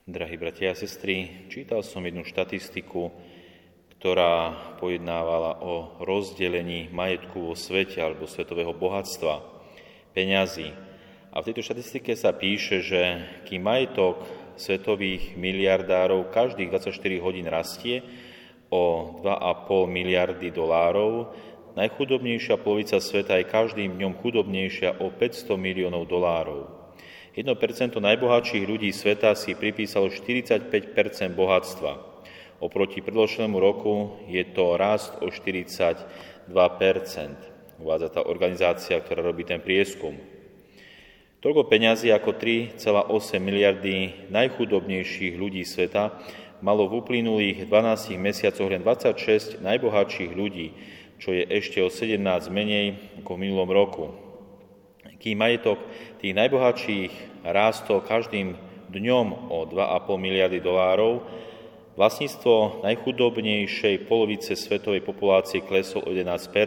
Drahí bratia a sestry, čítal som jednu štatistiku, ktorá pojednávala o rozdelení majetku vo svete alebo svetového bohatstva, peňazí. A v tejto štatistike sa píše, že kým majetok svetových miliardárov každých 24 hodín rastie o 2,5 miliardy dolárov, najchudobnejšia polovica sveta je každým dňom chudobnejšia o 500 miliónov dolárov. 1% najbohatších ľudí sveta si pripísalo 45% bohatstva. Oproti predložnému roku je to rast o 42%. Uvádza tá organizácia, ktorá robí ten prieskum. Toľko peňazí ako 3,8 miliardy najchudobnejších ľudí sveta malo v uplynulých 12 mesiacoch len 26 najbohatších ľudí, čo je ešte o 17 menej ako v minulom roku. Kým majetok tých najbohatších rástol každým dňom o 2,5 miliardy dolárov, vlastníctvo najchudobnejšej polovice svetovej populácie kleslo o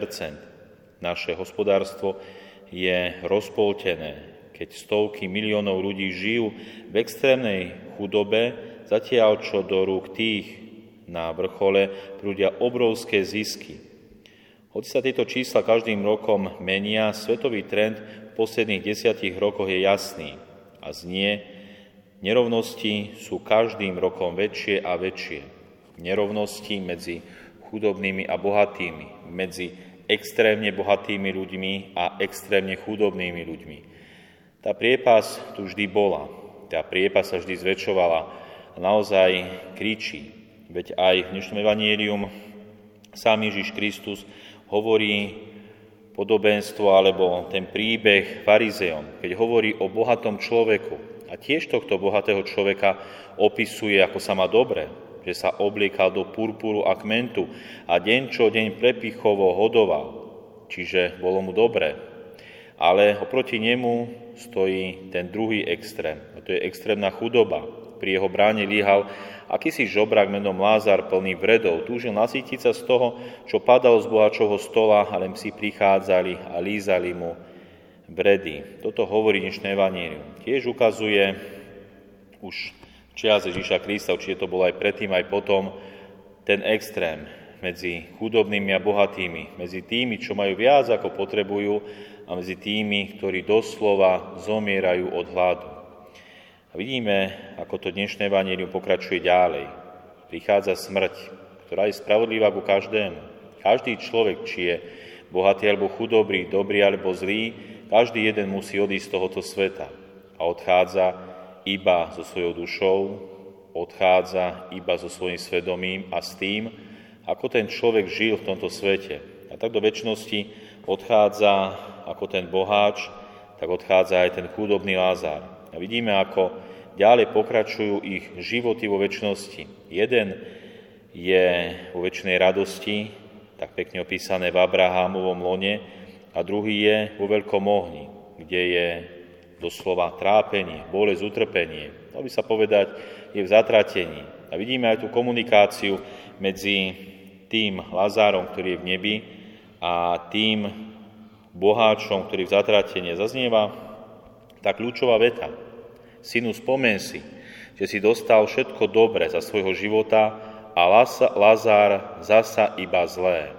11%. Naše hospodárstvo je rozpoltené, keď stovky miliónov ľudí žijú v extrémnej chudobe, zatiaľ čo do rúk tých na vrchole prúdia obrovské zisky. Hoci sa tieto čísla každým rokom menia, svetový trend v posledných 10 rokoch je jasný a znie: nerovnosti sú každým rokom väčšie a väčšie. Nerovnosti medzi chudobnými a bohatými, medzi extrémne bohatými ľuďmi a extrémne chudobnými ľuďmi. Tá priepas tu vždy bola, tá priepas sa vždy zväčšovala a naozaj kričí. Veď aj v dnešnom evanjelium sám Ježiš Kristus hovorí podobenstvo alebo ten príbeh farizejom, keď hovorí o bohatom človeku. A tiež tohto bohatého človeka opisuje, ako sa má dobre, že sa obliekal do purpuru a kmentu a deň čo deň prepichovo hodoval, čiže bolo mu dobre. Ale oproti nemu stojí ten druhý extrém, a to je extrémna chudoba. Pri jeho bráne líhal akýsi žobrak menom Lázar plný vredov. Túžil nasýtiť sa z toho, čo padalo z boháčovho stola, ale psi prichádzali a lízali mu vredy. Toto hovorí dnešné evanjelium. Tiež ukazuje už čias Ježiša Krista, určite to bolo aj predtým, aj potom, ten extrém medzi chudobnými a bohatými, medzi tými, čo majú viac, ako potrebujú, a medzi tými, ktorí doslova zomierajú od hladu. A vidíme, ako to dnešné evanjelium pokračuje ďalej. Prichádza smrť, ktorá je spravodlivá ku každému. Každý človek, či je bohatý alebo chudobný, dobrý alebo zlý, každý jeden musí odísť z tohoto sveta. A odchádza iba so svojou dušou, odchádza iba so svojím svedomím a s tým, ako ten človek žil v tomto svete. A tak do večnosti odchádza ako ten boháč, tak odchádza aj ten chudobný Lázar. A vidíme, ako ďalej pokračujú ich životy vo večnosti. Jeden je vo večnej radosti, tak pekne opísané v Abrahámovom lone, a druhý je vo veľkom ohni, kde je doslova trápenie, bolesť, utrpenie. Dalo by sa povedať, je v zatratení. A vidíme aj tú komunikáciu medzi tým Lazárom, ktorý je v nebi, a tým boháčom, ktorý v zatratení. Zaznieva tá kľúčová veta: synu, spomen si, že si dostal všetko dobré za svojho života a Lazár zasa iba zlé.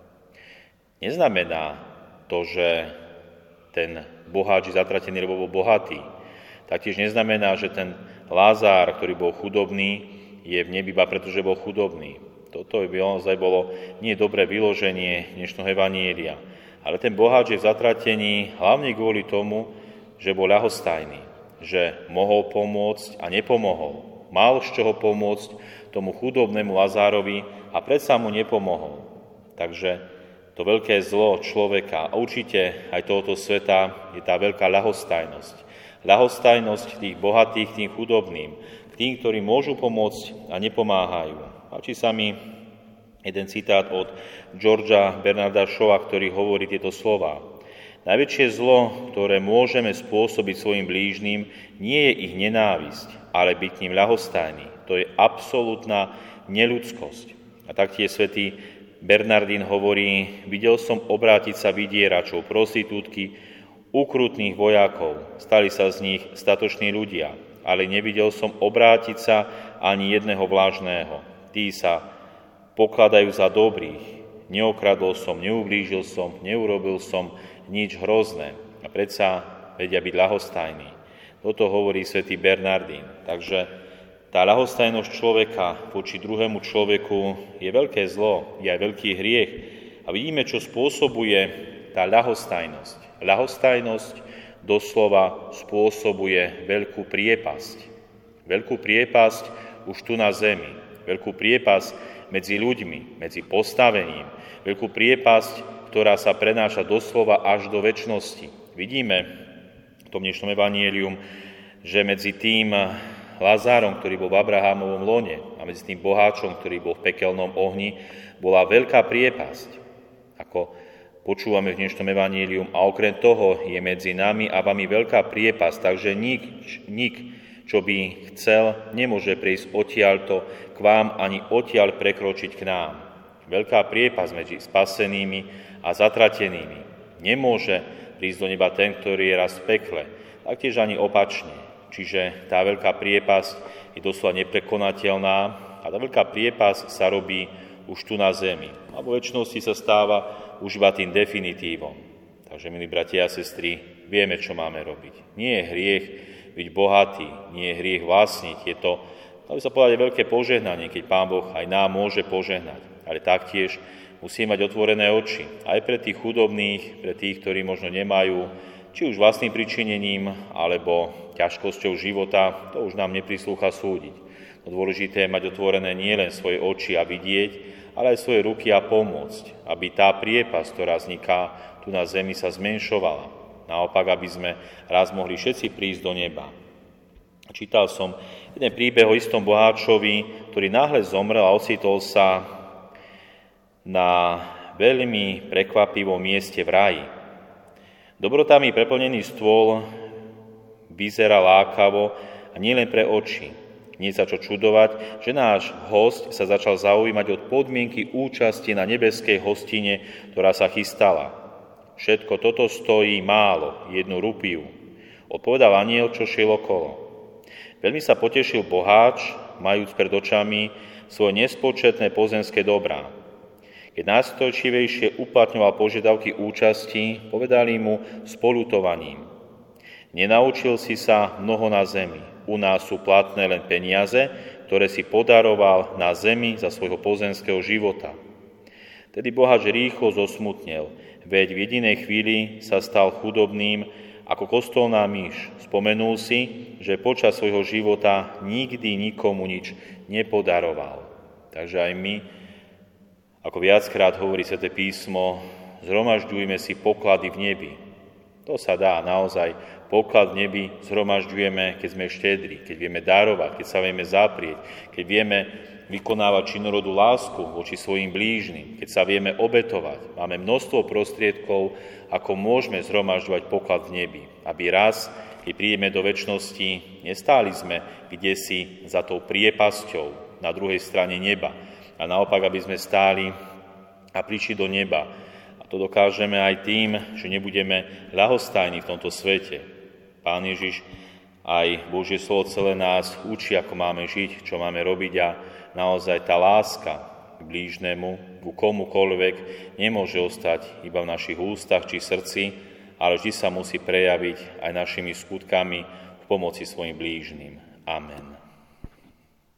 Neznamená to, že ten boháč je zatratený, lebo bol bohatý. Taktiež neznamená, že ten Lazár, ktorý bol chudobný, je v nebi iba preto, že bol chudobný. Toto by naozaj bolo nie dobré vyloženie dnešného evanjelia. Ale ten boháč je v zatratení hlavne kvôli tomu, že bol ľahostajný, že mohol pomôcť a nepomohol. Mal z čoho pomôcť tomu chudobnému Lazárovi a predsa mu nepomohol. Takže to veľké zlo človeka a určite aj tohoto sveta je tá veľká ľahostajnosť. Ľahostajnosť tých bohatých, tým chudobným, k tým, ktorí môžu pomôcť a nepomáhajú. Páči sa mi jeden citát od Georgea Bernarda Shawa, ktorý hovorí tieto slová: najväčšie zlo, ktoré môžeme spôsobiť svojim blížnym, nie je ich nenávisť, ale byť ním ľahostajný. To je absolútna neľudskosť. A taktiež svätý Bernardín hovorí: videl som obrátiť sa vydieračov, prostitútky, ukrutných vojakov. Stali sa z nich statoční ľudia. ale nevidel som obrátiť sa ani jedného vlážneho. Tí sa pokladajú za dobrých. Neokradol som, neublížil som, neurobil som nič hrozné. A predsa vedia byť ľahostajní. Toto hovorí svätý Bernardín. Takže tá ľahostajnosť človeka voči druhému človeku je veľké zlo, je aj veľký hriech. A vidíme, čo spôsobuje tá ľahostajnosť. Ľahostajnosť doslova spôsobuje veľkú priepasť. Veľkú priepasť už tu na zemi. Veľkú priepasť medzi ľuďmi, medzi postavením. Veľkú priepasť, ktorá sa prenáša doslova až do večnosti. Vidíme v tom dnešnom evanjelium, že medzi tým Lazárom, ktorý bol v Abrahámovom lone, a medzi tým boháčom, ktorý bol v pekelnom ohni, bola veľká priepasť. Ako počúvame v dnešnom evanjelium, a okrem toho je medzi nami a vami veľká priepasť, takže nik, čo by chcel, nemôže prísť odtiaľto k vám, ani odtiaľ prekročiť k nám. Veľká priepasť medzi spasenými a zatratenými. Nemôže prísť do neba ten, ktorý je raz v pekle, taktiež ani opačne. Čiže tá veľká priepasť je doslova neprekonateľná a tá veľká priepasť sa robí už tu na zemi. A vo večnosti sa stáva už iba tým definitívom. Takže, milí bratia a sestry, vieme, čo máme robiť. Nie je hriech byť bohatý, nie je hriech vlastniť. Je to, dá sa povedať, veľké požehnanie, keď Pán Boh aj nám môže požehnať. Ale taktiež musíme mať otvorené oči. Aj pre tých chudobných, pre tých, ktorí možno nemajú, či už vlastným pričinením, alebo ťažkosťou života, to už nám neprislúcha súdiť. No dôležité je mať otvorené nielen svoje oči a vidieť, ale aj svoje ruky a pomôcť, aby tá priepasť, ktorá vzniká tu na zemi, sa zmenšovala. Naopak, aby sme raz mohli všetci prísť do neba. Čítal som jeden príbeh o istom boháčovi, ktorý náhle zomrel a ocitol sa na veľmi prekvapivom mieste v raji. Dobrotami preplnený stôl vyzerá lákavo a nielen pre oči. Nie sa čo čudovať, že náš hosť sa začal zaujímať od podmienky účasti na nebeskej hostine, ktorá sa chystala. Všetko toto stojí málo, 1 rupiu, odpovedal anjel, čo šiel okolo. Veľmi sa potešil boháč, majúc pred očami svoje nespočetné pozemské dobrá. Keď nástojčivejšie uplatňoval požiadavky účasti, povedali mu s poľutovaním: Nenaučil si sa mnoho na zemi. U nás sú platné len peniaze, ktoré si podaroval na zemi za svojho pozemského života. Tedy boháč rýchlo zosmutnel, veď v jedinej chvíli sa stal chudobným ako kostolná myš. Spomenul si, že počas svojho života nikdy nikomu nič nepodaroval. Takže aj my, ako viackrát hovorí Sväté písmo, zhromažďujme si poklady v nebi. To sa dá naozaj. Poklad v nebi zhromažďujeme, keď sme štedri, keď vieme darovať, keď sa vieme zaprieť, keď vieme vykonávať činorodú lásku voči svojim blížnym, keď sa vieme obetovať. Máme množstvo prostriedkov, ako môžeme zhromažďovať poklad v nebi, aby raz, keď prídeme do večnosti, nestáli sme kdesi za tou priepasťou na druhej strane neba, a naopak, aby sme stáli a prišli do neba. A to dokážeme aj tým, že nebudeme ľahostajní v tomto svete. Pán Ježiš, aj Božie slovo celé nás učí, ako máme žiť, čo máme robiť, a naozaj tá láska k blížnemu, ku komukoľvek, nemôže ostať iba v našich ústach či srdci, ale vždy sa musí prejaviť aj našimi skutkami v pomoci svojim blížnym. Amen.